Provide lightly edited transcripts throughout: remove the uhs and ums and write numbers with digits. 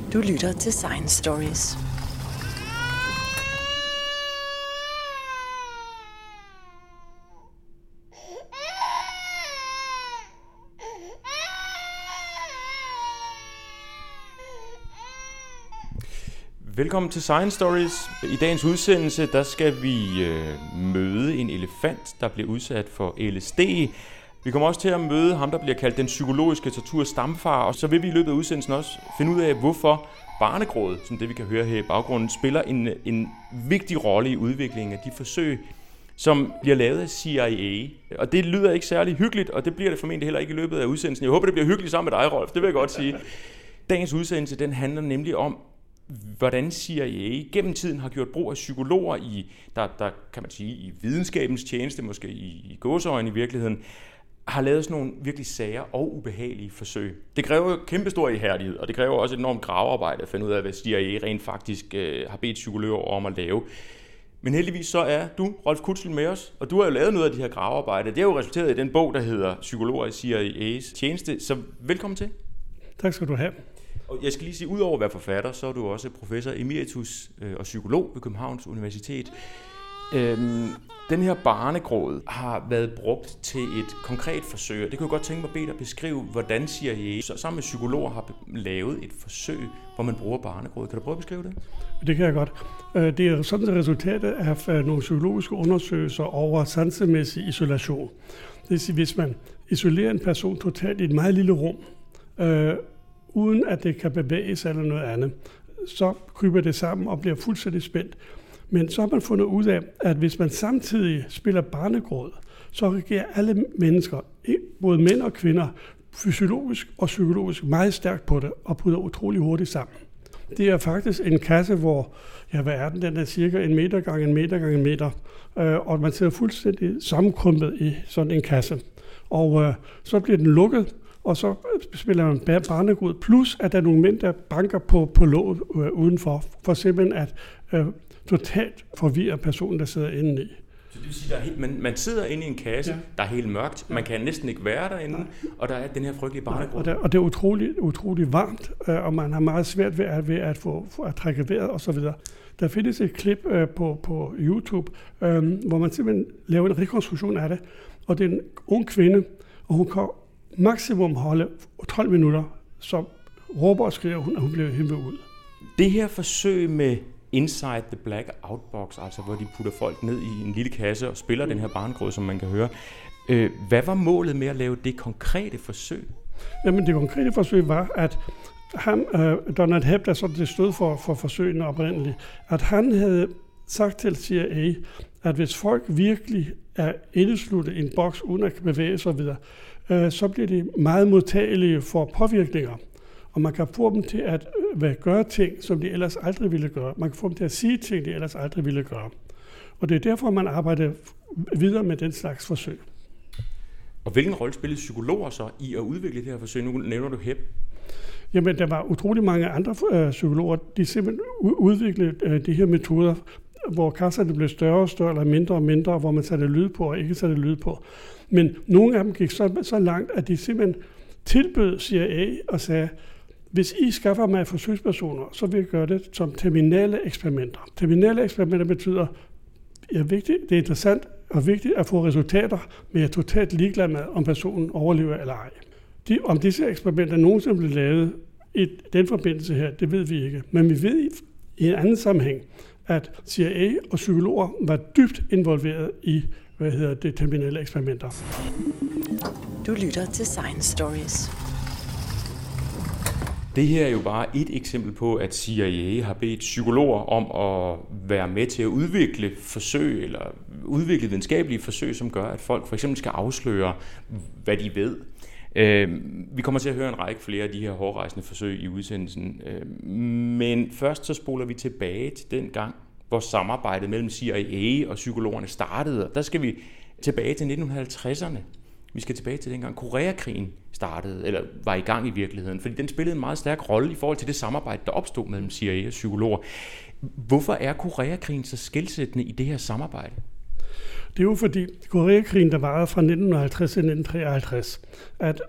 Du lytter til Science Stories. Velkommen til Science Stories. I dagens udsendelse, der skal vi møde en elefant, der bliver udsat for LSD. Vi kommer også til at møde ham, der bliver kaldt den psykologiske torturs stamfar, og så vil vi i løbet af udsendelsen også finde ud af, hvorfor barnegråd, som det vi kan høre her i baggrunden, spiller en vigtig rolle i udviklingen af de forsøg, som bliver lavet af CIA. Og det lyder ikke særlig hyggeligt, og det bliver det formentlig heller ikke i løbet af udsendelsen. Jeg håber, det bliver hyggeligt sammen med dig, Rolf. Det vil jeg godt sige. Dagens udsendelse, den handler nemlig om, hvordan CIA gennem tiden har gjort brug af psykologer der kan man sige, i videnskabens tjeneste, måske i gåseøjne i virkeligheden, har lavet sådan nogle virkelig sære og ubehagelige forsøg. Det kræver kæmpestor ihærdighed, og det kræver også et enormt gravearbejde at finde ud af, hvad CIA rent faktisk har bedt psykologer om at lave. Men heldigvis så er du, Rolf Kutzl, med os, og du har jo lavet noget af de her gravearbejde. Det er jo resulteret i den bog, der hedder Psykologer i CIA's tjeneste, så velkommen til. Tak skal du have. Og jeg skal lige sige, udover at være forfatter, så er du også professor emeritus og psykolog ved Københavns Universitet. Den her barnegråd har været brugt til et konkret forsøg, og det kunne jeg godt tænke mig at bede dig beskrive, hvordan CIA sammen med psykologer har lavet et forsøg, hvor man bruger barnegråd. Kan du prøve at beskrive det? Det kan jeg godt. Det er sådan et resultat af nogle psykologiske undersøgelser over sansemæssig isolation. Det vil sige, hvis man isolerer en person totalt i et meget lille rum, uden at det kan bevæge sig eller noget andet, så kryber det sammen og bliver fuldstændig spændt. Men så har man fundet ud af, at hvis man samtidig spiller barnegråd, så reagerer alle mennesker, både mænd og kvinder, fysiologisk og psykologisk meget stærkt på det og bryder utrolig hurtigt sammen. Det er faktisk en kasse, hvor, den er cirka 1 meter gange 1 meter gange 1 meter, og man sidder fuldstændig sammenkrumpet i sådan en kasse. Og så bliver den lukket, og så spiller man barnegråd, plus at der er nogle mænd, der banker på låget udenfor, for simpelthen at totalt forvirre personen, der sidder inde i. Så det vil sige, at man sidder inde i en kasse, der er helt mørkt, man kan næsten ikke være derinde, og der er den her frygtelige barnegråd. Og det er utrolig varmt, og man har meget svært ved at få at trække vejret osv. Der findes et klip på YouTube, hvor man simpelthen laver en rekonstruktion af det, og det er en ung kvinde, og hun kan maksimum holde 12 minutter, så råber og skriger hun, at hun bliver hævet ud. Det her forsøg med Inside the Black Out Box, altså hvor de putter folk ned i en lille kasse og spiller den her barnegråd, som man kan høre. Hvad var målet med at lave det konkrete forsøg? Jamen det konkrete forsøg var, at Donald Hebb, der sådan det stod for forsøgene oprindeligt, at han havde sagt til CIA, at hvis folk virkelig er indesluttet i en boks uden at bevæge sig videre, så bliver de meget modtagelige for påvirkninger. Og man kan få dem til at gøre ting, som de ellers aldrig ville gøre. Man kan få dem til at sige ting, de ellers aldrig ville gøre. Og det er derfor, man arbejder videre med den slags forsøg. Og hvilken rolle spillede psykologer så i at udvikle det her forsøg? Nu nævner du Hebb. Jamen, der var utrolig mange andre psykologer, de simpelthen udviklede de her metoder, hvor kasserne blev større og større, eller mindre og mindre, hvor man satte lyd på og ikke satte lyd på. Men nogle af dem gik så langt, at de simpelthen tilbød CIA og sagde, hvis I skaffer mig forsøgspersoner, så vil jeg gøre det som terminale eksperimenter. Terminale eksperimenter betyder, det er interessant og vigtigt at få resultater, men jeg er totalt ligeglad med, om personen overlever eller ej. Om disse eksperimenter nogensinde blev lavet i den forbindelse her, det ved vi ikke. Men vi ved i en anden sammenhæng, at CIA og psykologer var dybt involveret i det terminale eksperimenter. Du lytter til Science Stories. Det her er jo bare et eksempel på, at CIA har bedt psykologer om at være med til at udvikle forsøg, eller udvikle videnskabelige forsøg, som gør, at folk for eksempel skal afsløre, hvad de ved. Vi kommer til at høre en række flere af de her hårdrejsende forsøg i udsendelsen. Men først så spoler vi tilbage til den gang, hvor samarbejdet mellem CIA og psykologerne startede. Og der skal vi tilbage til 1950'erne. Vi skal tilbage til dengang Koreakrigen startede, eller var i gang i virkeligheden, fordi den spillede en meget stærk rolle i forhold til det samarbejde, der opstod mellem CIA og psykologer. Hvorfor er Koreakrigen så skelsættende i det her samarbejde? Det er jo fordi Koreakrigen, der varede fra 1950 til 1953, at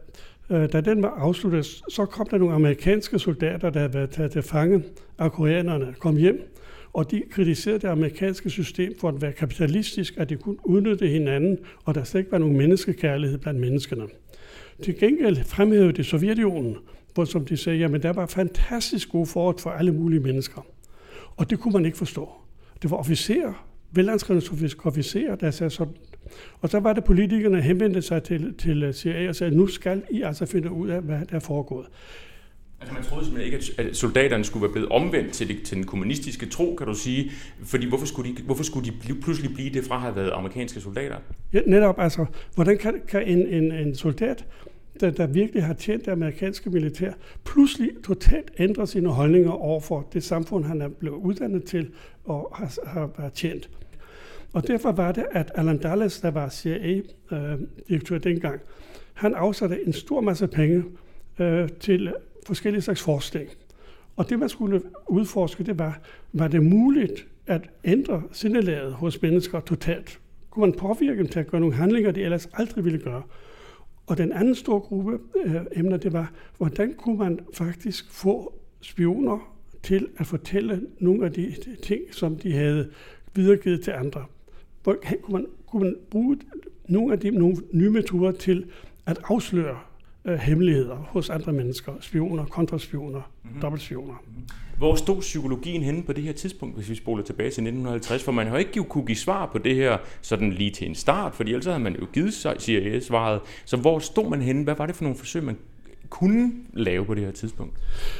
Da den var afsluttet, så kom der nogle amerikanske soldater, der havde været taget til fange af koreanerne, kom hjem, og de kritiserede det amerikanske system for at være kapitalistisk, at de kunne udnytte hinanden, og der slet ikke var nogen menneskekærlighed blandt menneskerne. Til gengæld fremhævede det Sovjetunionen, hvor som de sagde, jamen der var fantastisk gode forhold for alle mulige mennesker. Og det kunne man ikke forstå. Det var officerer, velanskrevne officerer, der sagde sådan. Og så var det politikerne henvendte sig til CIA og sagde, nu skal I altså finde ud af, hvad der er foregået. Altså man troede simpelthen ikke, at soldaterne skulle være blevet omvendt til den kommunistiske tro, kan du sige. Fordi hvorfor skulle de pludselig blive det fra at have været amerikanske soldater? Ja, netop altså, hvordan kan en soldat, der virkelig har tjent det amerikanske militær, pludselig totalt ændre sine holdninger overfor det samfund, han er blevet uddannet til og har tjent. Og derfor var det, at Alan Dulles, der var CIA-direktør dengang, han afsatte en stor masse penge til forskellige slags forskning. Og det, man skulle udforske, det var det muligt at ændre sindelaget hos mennesker totalt? Kunne man påvirke dem til at gøre nogle handlinger, de ellers aldrig ville gøre? Og den anden store gruppe emner, det var, hvordan kunne man faktisk få spioner til at fortælle nogle af de ting, som de havde videregivet til andre? Kunne man bruge nogle nye metoder til at afsløre hemmeligheder hos andre mennesker, spioner, kontraspioner, dobbeltspioner. Hvor stod psykologien henne på det her tidspunkt, hvis vi spoler tilbage til 1950? For man har ikke kunne give svar på det her sådan lige til en start, fordi ellers havde man jo givet CIA-svaret. Så hvor stod man henne? Hvad var det for nogle forsøg, man kunne lave på det her tidspunkt?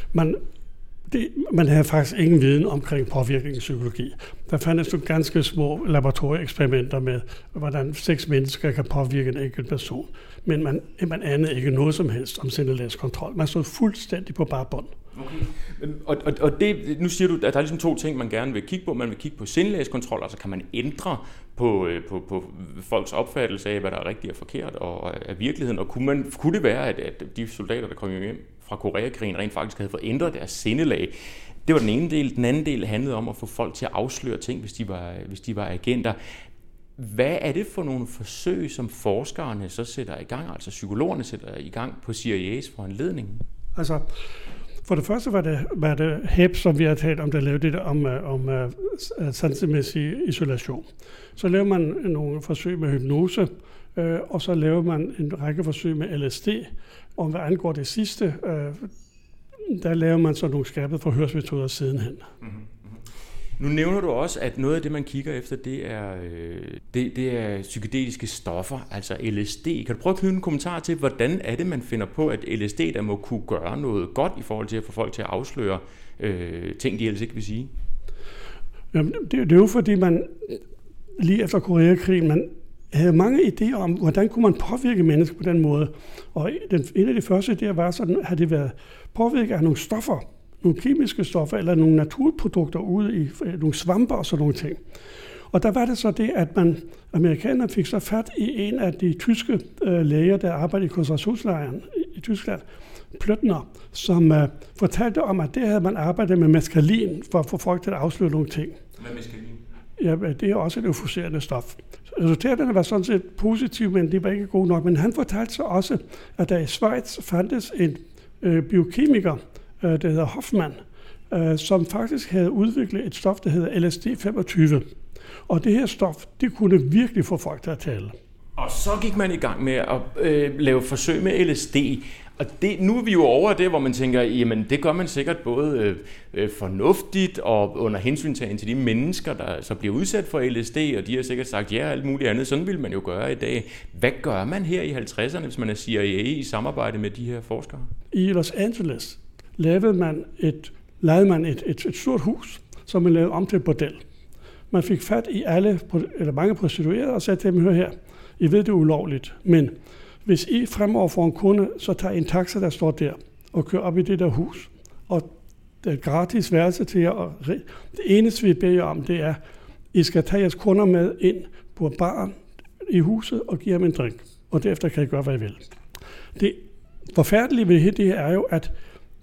Man havde faktisk ingen viden omkring påvirkningspsykologi. Der fandtes nogle ganske små laboratorieeksperimenter med, hvordan 6 mennesker kan påvirke en enkelt person. Men man anede ikke noget som helst om sindelagskontrol. Man stod fuldstændig på bare bund. Okay. Og det, nu siger du, at der er ligesom 2 ting, man gerne vil kigge på. Man vil kigge på sindelagskontrol, altså kan man ændre på folks opfattelse af, hvad der er rigtigt og forkert og af virkeligheden. Og kunne det være, at de soldater, der kom hjem fra Koreakrigen, rent faktisk havde fået ændret deres sindelag? Det var den ene del. Den anden del handlede om at få folk til at afsløre ting, hvis de var agenter. Hvad er det for nogle forsøg, som forskerne så sætter i gang, altså psykologerne sætter i gang på CIA's foranledning? Altså, for det første var det HEP, som vi har talt om, der lavede det om sansemæssig isolation. Så lavede man nogle forsøg med hypnose, og så lavede man en række forsøg med LSD. Og hvad angår det sidste, der lavede man så nogle skærpede forhørsmetoder sidenhen. Mm-hmm. Nu nævner du også, at noget af det, man kigger efter, det er psykedeliske stoffer, altså LSD. Kan du prøve at knytte en kommentar til, hvordan er det, man finder på, at LSD der må kunne gøre noget godt i forhold til at få folk til at afsløre ting, de ellers ikke vil sige? Jamen, det er jo fordi, man lige efter Koreakrigen, man havde mange idéer om, hvordan kunne man påvirke mennesker på den måde. Og en af de første idéer var sådan, at det været påvirket af nogle stoffer, nogle kemiske stoffer eller nogle naturprodukter ude i nogle svamper og sådan nogle ting. Og der var det så det, at amerikanerne fik så fat i en af de tyske læger, der arbejdede i koncentrationslejren i Tyskland, Plötner, som fortalte om, at det havde man arbejdet med meskalin for at få folk til at afsløre nogle ting. Hvad meskalin? Ja, det er også et euforiserende stof. Resultaterne var sådan set positive, men det var ikke gode nok. Men han fortalte så også, at der i Schweiz fandtes en biokemiker, der hedder Hoffmann, som faktisk havde udviklet et stof, der hedder LSD-25. Og det her stof, det kunne virkelig få folk til at tale. Og så gik man i gang med at lave forsøg med LSD. Og nu er vi jo over det, hvor man tænker, jamen det gør man sikkert både fornuftigt og under hensyntagen til de mennesker, der så bliver udsat for LSD, og de har sikkert sagt ja og alt muligt andet. Sådan vil man jo gøre i dag. Hvad gør man her i 50'erne, hvis man er CIA i samarbejde med de her forskere? I Los Angeles lejede man et stort hus, som man lavede om til et bordel. Man fik fat i mange prostituerede og sagde til dem, hør her, I ved det er ulovligt, men hvis I fremover får en kunde, så tager I en taxa, der står der, og kører op i det der hus. Og det er gratis værelse til jer. Og det eneste, vi beder jer om, det er, I skal tage jeres kunder med ind på baren i huset og give dem en drink. Og derefter kan I gøre, hvad I vil. Det forfærdelige ved det her er jo, at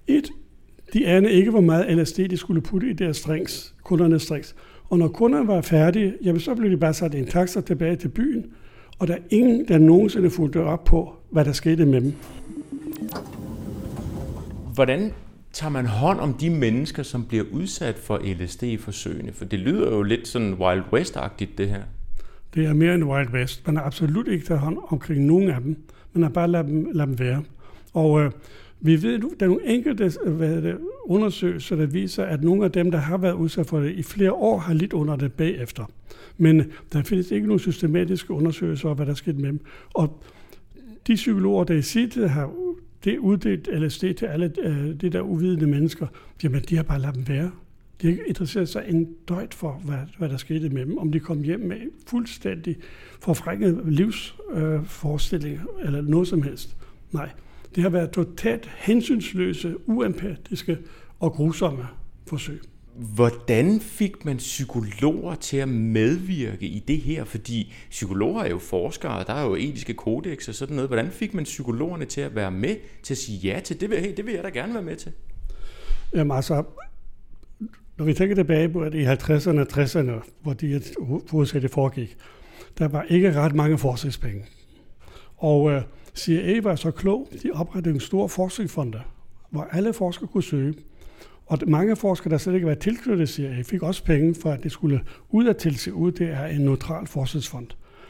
de anede ikke, hvor meget LSD de skulle putte i deres drinks, kundernes drinks. Og når kunderne var færdige, jamen, så blev de bare sat i en taxa tilbage til byen, og der er ingen, der nogensinde fulgte op på, hvad der skete med dem. Hvordan tager man hånd om de mennesker, som bliver udsat for LSD-forsøgene? For det lyder jo lidt sådan Wild West-agtigt, det her. Det er mere end Wild West. Man har absolut ikke taget hånd omkring nogen af dem. Man har bare ladet dem være. Og vi ved nu, der er nogle enkelte undersøgelser, der viser, at nogle af dem, der har været udsat for det i flere år, har lidt under det bagefter. Men der findes ikke nogen systematiske undersøgelser af, hvad der er sket med dem. Og de psykologer, der i sin tid har uddelt LSD til alle de der uvidende mennesker, jamen de har bare ladet dem være. De har ikke interesseret sig en døjt for, hvad der skete med dem. Om de kom hjem med fuldstændig forfrænget livsforestillinger eller noget som helst. Nej, det har været totalt hensynsløse, uempatiske og grusomme forsøg. Hvordan fik man psykologer til at medvirke i det her? Fordi psykologer er jo forskere, der er jo etiske kodeks og sådan noget. Hvordan fik man psykologerne til at være med, til at sige ja til det? Det vil jeg da gerne være med til. Jamen altså, når vi tænker tilbage på, at i 50'erne og 60'erne, hvor det foregik, der var ikke ret mange forskningspenge. Og CIA var så klog, de oprettede en stor forskningsfonde, hvor alle forskere kunne søge. Og mange forskere, der slet ikke var tilknyttet CIA, fik også penge for, at det skulle ud af tilse ud. Det er en neutral forskningsfond.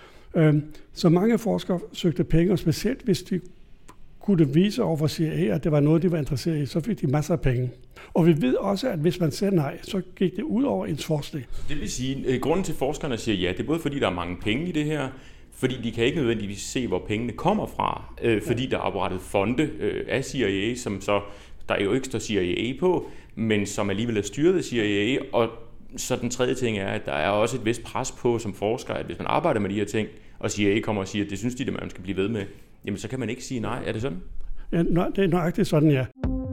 Så mange forskere søgte penge, og specielt hvis de kunne vise over for CIA, at det var noget, de var interesseret i, så fik de masser af penge. Og vi ved også, at hvis man sagde nej, så gik det ud over ens forskning. Det vil sige, at grunden til, at forskerne siger ja, det er både fordi, der er mange penge i det her, fordi de kan ikke nødvendigvis se, hvor pengene kommer fra, fordi der er oprettet fonde af CIA, som så der jo ikke står CIA på, men som alligevel er styret af CIA. Og så den tredje ting er, at der er også et vist pres på som forsker, at hvis man arbejder med de her ting, og CIA kommer og siger, at det synes de, at man skal blive ved med, jamen så kan man ikke sige nej. Er det sådan? Ja, det er nøjagtigt sådan, ja.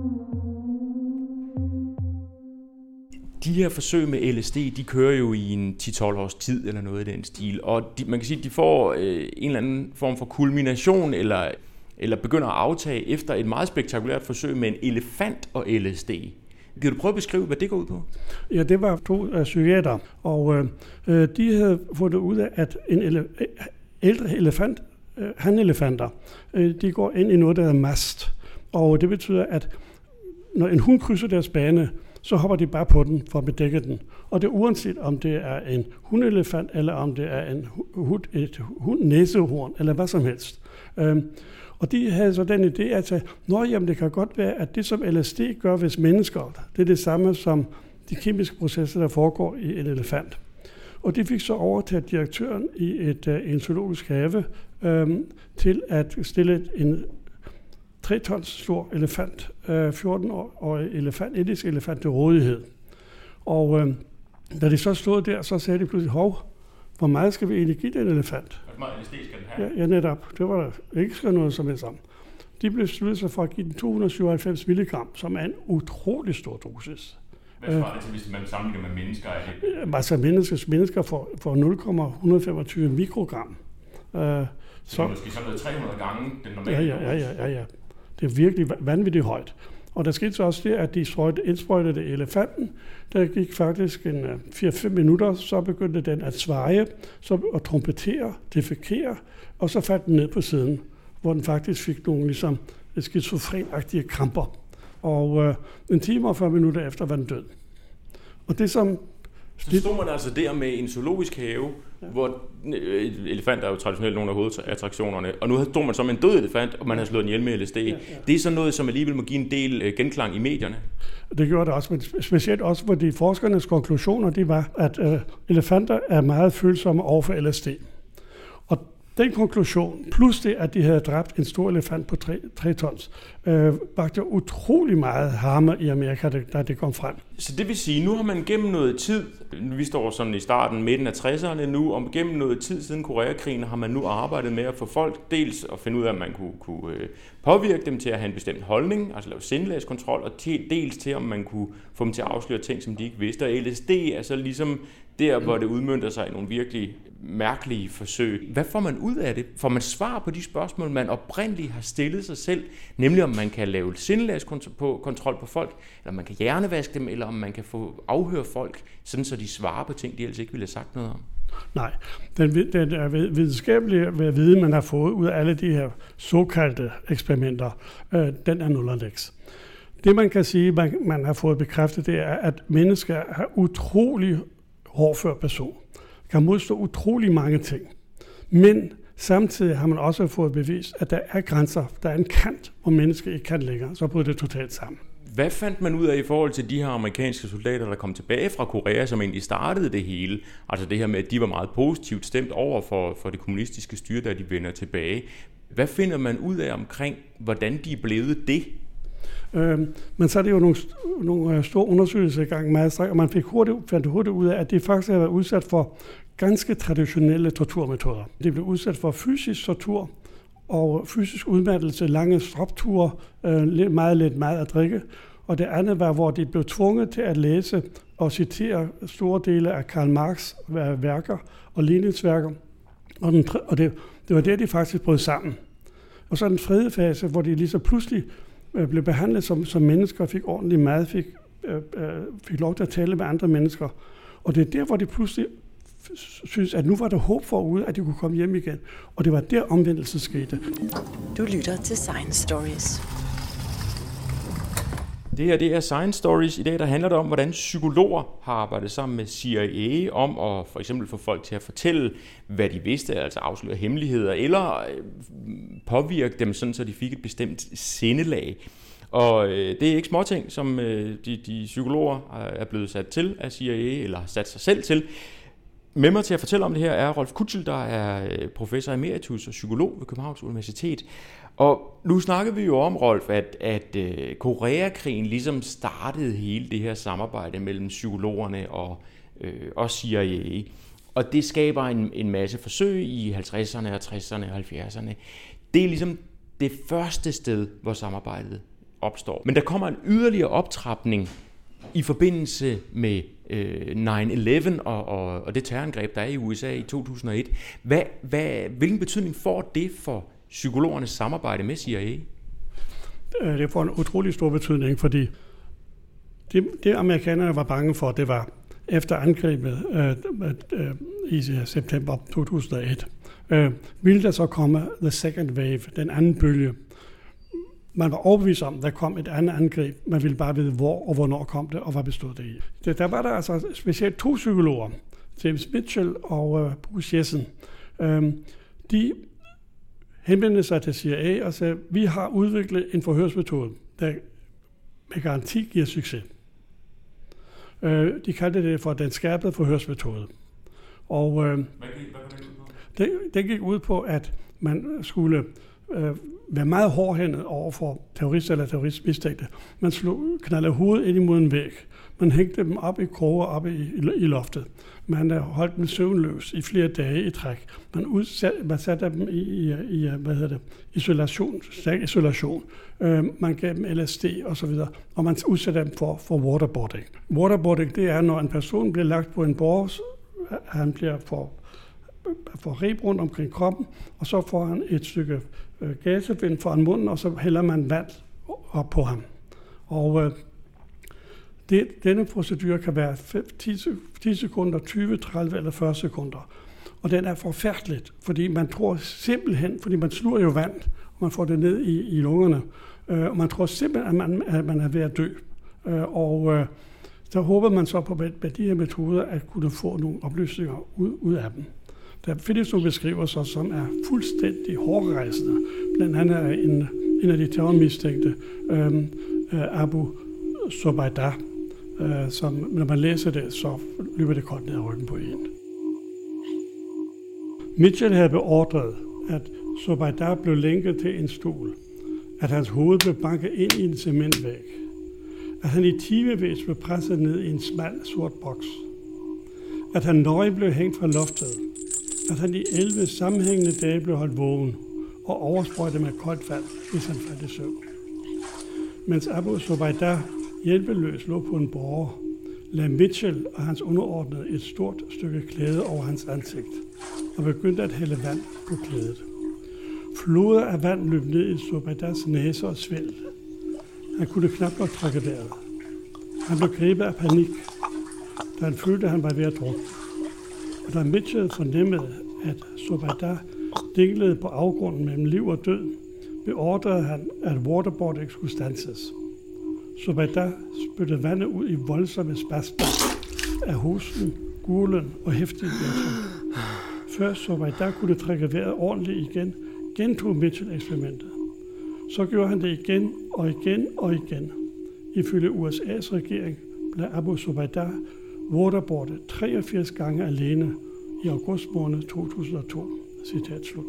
De her forsøg med LSD, de kører jo i en 10-12 års tid eller noget i den stil, og man kan sige, at de får en eller anden form for kulmination eller begynder at aftage efter et meget spektakulært forsøg med en elefant og LSD. Kan du prøve at beskrive, hvad det går ud på? Ja, det var 2 psykiatere, og de havde fundet ud af, at en ældre elefant, hanelefanter, de går ind i noget, der hedder mast. Og det betyder, at når en hund krydser deres bane, så hopper de bare på den for at bedække den. Og det er uanset, om det er en hundelefant, eller om det er et næsehorn, eller hvad som helst. Og de havde så den idé at sige, det kan godt være, at det som LSD gør ved mennesker, det er det samme som de kemiske processer, der foregår i en elefant. Og de fik så overtaget direktøren i en zoologisk have til at stille en 3 tons stor elefant, 14-årig elefant, indisk elefant til rådighed. Og da de så stod der, så sagde de pludselig, hvor meget skal vi egentlig give den elefant? Hvor meget LSD skal den have? Ja, netop. Det var der ikke noget som helst om. De blev besluttet sig for at give den 297 milligram, som er en utrolig stor dosis. Hvad svarer det til, hvis man sammenligner med mennesker? Altså mennesker får 0,125 mikrogram. Så det måske sådan noget 300 gange den normale dosis? Ja. Det er virkelig vanvittigt højt. Og der skete så også det, at de indsprøjtede elefanten. Der gik faktisk 4-5 minutter, så begyndte den at sveje, så at trompetere, defekere, og så faldt den ned på siden, hvor den faktisk fik nogle ligesom skizofrenagtige kramper. Og en time og 40 minutter efter var den død. Og det som... Så stod man altså der med en zoologisk have, hvor elefanter er jo traditionelt nogle af hovedattraktionerne, og nu stod man så med en død elefant, og man har slået den ihjel med LSD. Ja. Det er sådan noget, som alligevel må give en del genklang i medierne. Det gjorde det også, men specielt også, fordi forskernes konklusioner, de var, at elefanter er meget følsomme over for LSD. Og den konklusion, plus det, at de havde dræbt en stor elefant på 3 tons, vakte utrolig meget harme i Amerika, da det kom frem. Så det vil sige, nu har man gennem noget tid, vi står sådan i starten, midten af 60'erne nu, og gennem noget tid siden Koreakrigen har man nu arbejdet med at få folk dels at finde ud af, at man kunne påvirke dem til at have en bestemt holdning, altså lave sindelagskontrol, og dels til, om man kunne få dem til at afsløre ting, som de ikke vidste. Og LSD er så ligesom der, hvor det udmønter sig i nogle virkelig mærkelige forsøg. Hvad får man ud af det? Får man svar på de spørgsmål, man oprindeligt har stillet sig selv, nemlig om man kan lave sindelagskontrol på folk, eller om man kan hjernevaske dem, eller om man kan få afhøre folk, sådan så de svarer på ting, de ellers ikke ville have sagt noget om? Nej, den videnskabelige viden, man har fået ud af alle de her såkaldte eksperimenter, den er nul og niks. Det man kan sige, man har fået bekræftet, det er, at mennesker er utrolig hårdfør person. Kan modstå utrolig mange ting. Men samtidig har man også fået bevist, at der er grænser, der er en kant, hvor mennesker ikke kan længere, så bryder det totalt sammen. Hvad fandt man ud af i forhold til de her amerikanske soldater, der kom tilbage fra Korea, som egentlig startede det hele? Altså det her med, at de var meget positivt stemt over for det kommunistiske styre, da de vender tilbage. Hvad finder man ud af omkring, hvordan de er blevet det? Men så er det jo nogle store undersøgelser i gang med, og man fandt hurtigt ud af, at de faktisk har været udsat for ganske traditionelle torturmetoder. De blev udsat for fysisk tortur og fysisk udmattelse, lange stropture, meget lidt mad at drikke. Og det andet var, hvor de blev tvunget til at læse og citere store dele af Karl Marx' værker og Lenins værker. Og det var der, de faktisk brød sammen. Og så den tredje fase, hvor de lige så pludselig blev behandlet som mennesker, fik ordentlig mad, fik lov til at tale med andre mennesker. Og det er der, hvor de pludselig synes, at nu var der håb forude, at de kunne komme hjem igen. Og det var der omvendelsen skete. Du lytter til Science Stories. Det her, det er Science Stories. I dag der handler det om, hvordan psykologer har arbejdet sammen med CIA om at for eksempel få folk til at fortælle, hvad de vidste, altså afsløre hemmeligheder, eller påvirke dem, sådan så de fik et bestemt sindelag. Og det er ikke småting, som de psykologer er blevet sat til af CIA, eller har sat sig selv til. Med mig til at fortælle om det her er Rolf Kutschel, der er professor emeritus og psykolog ved Københavns Universitet. Og nu snakker vi jo om, Rolf, at Koreakrigen ligesom startede hele det her samarbejde mellem psykologerne og CIA. Og det skaber en masse forsøg i 50'erne og 60'erne og 70'erne. Det er ligesom det første sted, hvor samarbejdet opstår. Men der kommer en yderligere optrapning i forbindelse med 9/11 og det terrorangreb, der er i USA i 2001. Hvilken betydning får det for psykologernes samarbejde med CIA? Det får en utrolig stor betydning, fordi det amerikanerne var bange for, det var efter angrebet i september 2001, ville der så komme the second wave, den anden bølge. Man var overbevist om, at der kom et andet angreb. Man ville bare vide, hvor og hvornår kom det, og hvad bestod det i. Der var der altså specielt 2 psykologer, James Mitchell og Bruce Jessen. De henvendte sig til CIA og sagde, vi har udviklet en forhørsmetode, der med garanti giver succes. De kaldte det for den skærpede forhørsmetode. Og det gik ud på, at man skulle være meget hårdhændet over for terrorister eller terroristmistænkte. Man knaldede hovedet ind imod en væg. Man hængte dem op i kroger oppe i loftet. Man holdt dem søvnløs i flere dage i træk. Man satte dem i isolation. Man gav dem LSD og så videre. Og man udsatte dem for waterboarding. Waterboarding, det er, når en person bliver lagt på en båre, han bliver får reb rundt omkring kroppen, og så får han et stykke gasebind foran munden, og så hælder man vand op på ham. Og denne procedure kan være 10 sekunder, 20, 30 eller 40 sekunder. Og den er forfærdeligt, fordi man tror simpelthen, fordi man sluger jo vand, og man får det ned i lungerne, og man tror simpelthen, at man er ved at dø. Og så håber man så på, med de her metoder, at kunne få nogle oplysninger ud af dem. Der findes nogle beskrivelser, som er fuldstændig hårdrejsende. Blandt andet er en af de terrormistænkte, Abu Zubaydah, som når man læser det, så løber det koldt ned ad ryggen på en. Mitchell havde beordret, at Zubaydah blev lænket til en stol, at hans hoved blev banket ind i en cementvæg, at han i timevis blev presset ned i en smal sort boks, at han nøje blev hængt fra loftet, at han i 11 sammenhængende dage blev holdt vågen og oversprøjtet med koldt vand, hvis han faldt i søvn. Mens Abu Zubaydah hjælpeløs lå på en båre, lagde Mitchell og hans underordnede et stort stykke klæde over hans ansigt. og begyndte at hælde vand på klædet. Floder af vand løb ned i Zobeidas næse og svælg. Han kunne knap nok trække vejret. Han blev grebet af panik, da han følte, at han var ved at drukne. Og da Mitchell fornemmede, at Zobeida dinglede på afgrunden mellem liv og død, beordrede han, at waterboarding skulle standses. Zobeida spyttede vandet ud i voldsomme spasmer af hosten, gurlen og hæftige bjergtryk. Før Zobeida kunne trække vejret ordentligt igen, gentog Mitchell eksperimentet. Så gjorde han det igen og igen og igen. Ifølge USA's regering blev Abu Zubaydah waterboardet 83 gange alene i august måned 2002. Citat slut.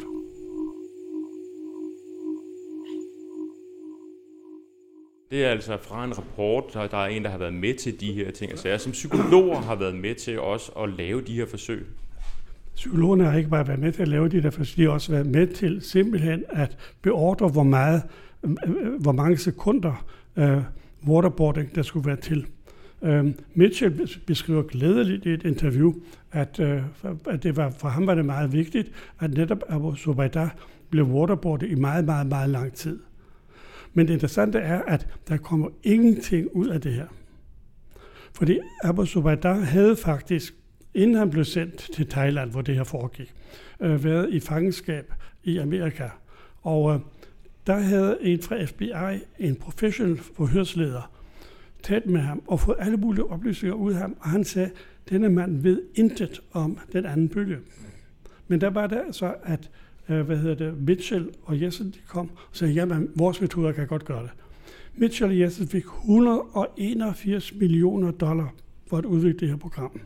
Det er altså fra en rapport, der er en, der har været med til de her ting. Altså, som psykologer har været med til også at lave de her forsøg. Psykologerne har ikke bare været med til at lave de der forsøg, de har også været med til simpelthen at beordre, hvor mange sekunder waterboarding der skulle være til. Mitchell beskriver glædeligt i et interview, at det var, for ham var det meget vigtigt, at netop Abu Zubaydah blev waterboardet i meget, meget, meget lang tid. Men det interessante er, at der kommer ingenting ud af det her. Fordi Abu Zubaydah havde faktisk, inden han blev sendt til Thailand, hvor det her foregik, været i fangenskab i Amerika. Og der havde en fra FBI, en professionel forhørsleder, talt med ham og fået alle mulige oplysninger ud af ham, og han sagde, at denne mand ved intet om den anden bølge. Men der var det så, at Mitchell og Jessen de kom og sagde, jamen, vores metoder kan godt gøre det. Mitchell og Jessen fik $181 millioner for at udvikle det her program.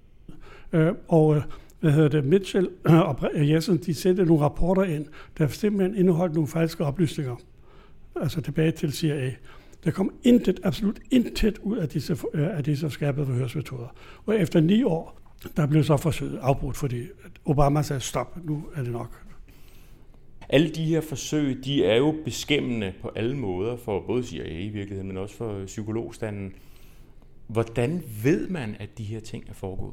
Mitchell og Jessen, de sendte nogle rapporter ind, der simpelthen indeholdt nogle falske oplysninger, altså tilbage til CIA. Der kom absolut intet ud af disse skærpede forhørsmetoder. Og efter 9 år, der blev så forsøget afbrudt, fordi Obama sagde, stop, nu er det nok. Alle de her forsøg, de er jo beskæmmende på alle måder for både CIA i virkeligheden, men også for psykologstanden. Hvordan ved man, at de her ting er foregået?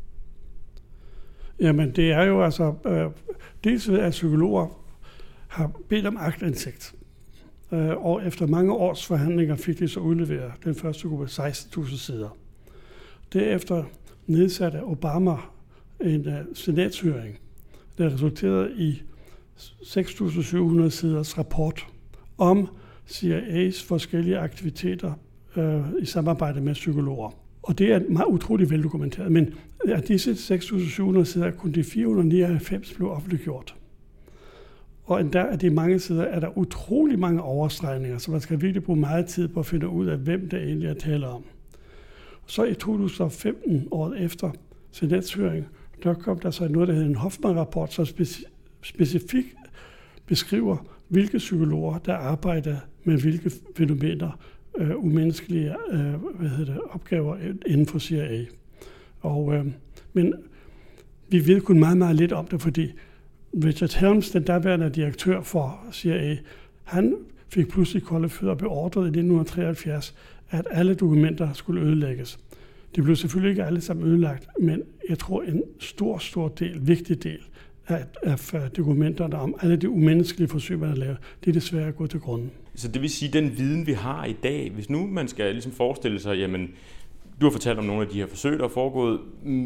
Jamen, det er jo altså, dels ved, at psykologer har bedt om aktindsigt. Og efter mange års forhandlinger fik de så udleveret den første gruppe 16.000 sider. Derefter nedsatte Obama en senatshøring, der resulterede i 6.700 siders rapport om CIA's forskellige aktiviteter i samarbejde med psykologer. Og det er meget utroligt veldokumenteret, men af disse 6.700 sider kun de 499 blev offentliggjort. Og endda af de mange sider er der utrolig mange overstregninger, så man skal virkelig bruge meget tid på at finde ud af, hvem der egentlig er tale om. Så i 2015, året efter senatshøring, der kom der så noget, der hedder en Hoffman-rapport, som specifikt beskriver, hvilke psykologer, der arbejder med hvilke fænomener, umenneskelige opgaver inden for CIA. Men vi ved kun meget, meget lidt om det, fordi Richard Helms, den daværende direktør for CIA, han fik pludselig kolde fødder og beordret i 1973, at alle dokumenter skulle ødelægges. De blev selvfølgelig ikke alle sammen ødelagt, men jeg tror en stor vigtig del af dokumenterne om alle de umenneskelige forsøg, man har lavet, det er desværre gået til grunden. Så det vil sige, den viden, vi har i dag, hvis nu man skal ligesom forestille sig, jamen, du har fortalt om nogle af de her forsøg, der er foregået.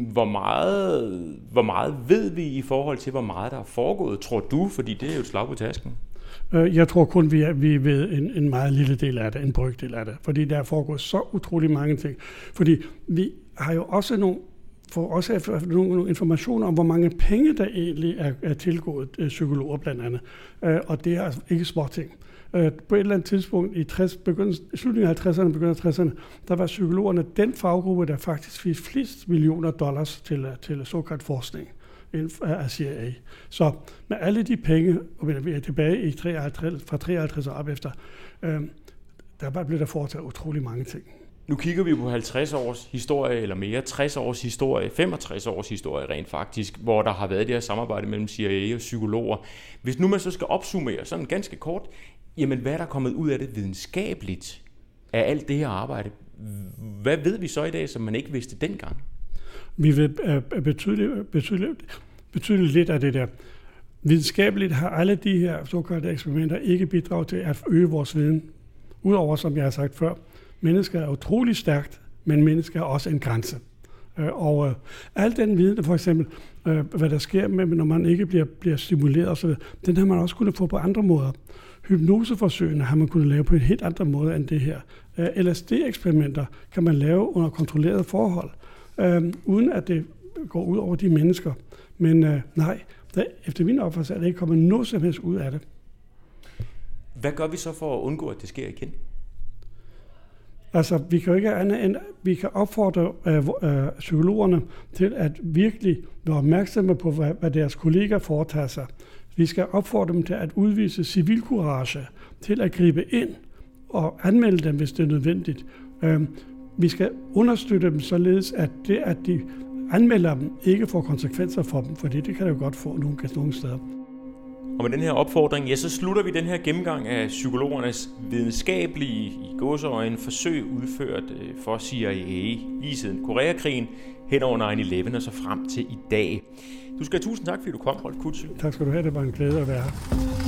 Hvor meget ved vi i forhold til, hvor meget der er foregået, tror du? Fordi det er jo et slag på tasken. Jeg tror kun, vi ved en meget lille del af det, en brøkdel af det. Fordi der er foregået så utrolig mange ting. Fordi vi har jo også nogle informationer om, hvor mange penge, der egentlig er tilgået psykologer blandt andet. Og det er altså ikke småting. På et eller andet tidspunkt i slutningen af 50'erne, begyndelsen af 60'erne, der var psykologerne den faggruppe, der faktisk fik flest millioner dollars til såkaldt forskning af CIA. Så med alle de penge, og vi er tilbage i fra 53 og op efter, der blev der foretaget utrolig mange ting. Nu kigger vi på 50 års historie eller mere, 60 års historie, 65 års historie rent faktisk, hvor der har været det her samarbejde mellem CIA og psykologer. Hvis nu man så skal opsummere sådan ganske kort, jamen hvad er der kommet ud af det videnskabeligt af alt det her arbejde? Hvad ved vi så i dag, som man ikke vidste dengang? Vi ved betydeligt. betydeligt lidt af det der. Videnskabeligt har alle de her såkaldte eksperimenter ikke bidraget til at øge vores viden. Udover, som jeg har sagt før, mennesker er utrolig stærkt, men mennesker er også en grænse. Og al den viden, for eksempel, hvad der sker med, når man ikke bliver stimuleret osv., den har man også kunnet få på andre måder. Hypnoseforsøgene har man kunnet lave på en helt anden måde end det her. LSD-eksperimenter kan man lave under kontrollerede forhold, uden at det går ud over de mennesker. Men nej, efter min opfattelse er det ikke kommet noget som helst ud af det. Hvad gør vi så for at undgå, at det sker igen? Altså, vi kan jo ikke andet end, vi kan opfordre psykologerne til at virkelig være opmærksomme på, hvad deres kolleger foretager sig. Vi skal opfordre dem til at udvise civilcourage, til at gribe ind og anmelde dem, hvis det er nødvendigt. Vi skal understøtte dem således, at det, at de anmelder dem, ikke får konsekvenser for dem, fordi det kan det jo godt få nogle steder. Og med den her opfordring, ja, så slutter vi den her gennemgang af psykologernes videnskabelige, i gåseøjne, forsøg udført for CIA lige siden Koreakrigen, hen over 9/11 og så frem til i dag. Du skal have tusind tak, fordi du kom, Rolf Kutsø. Tak skal du have, det var en glæde at være her.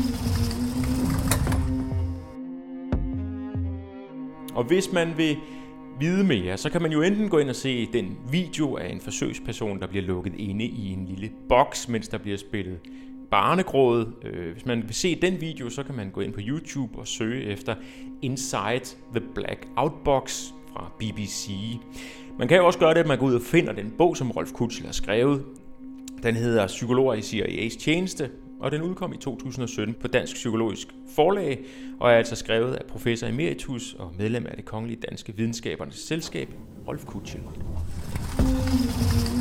Og hvis man vil vide mere, så kan man jo enten gå ind og se den video af en forsøgsperson, der bliver lukket inde i en lille boks, mens der bliver spillet barnegråd. Hvis man vil se den video, så kan man gå ind på YouTube og søge efter Inside the Black Out Box fra BBC. Man kan jo også gøre det, at man går ud og finder den bog, som Rolf Kutsø har skrevet. Den hedder Psykologer i CIA's tjeneste, og den udkom i 2017 på Dansk Psykologisk Forlag, og er altså skrevet af professor emeritus og medlem af Det Kongelige Danske Videnskabernes Selskab, Rolf Kutsø.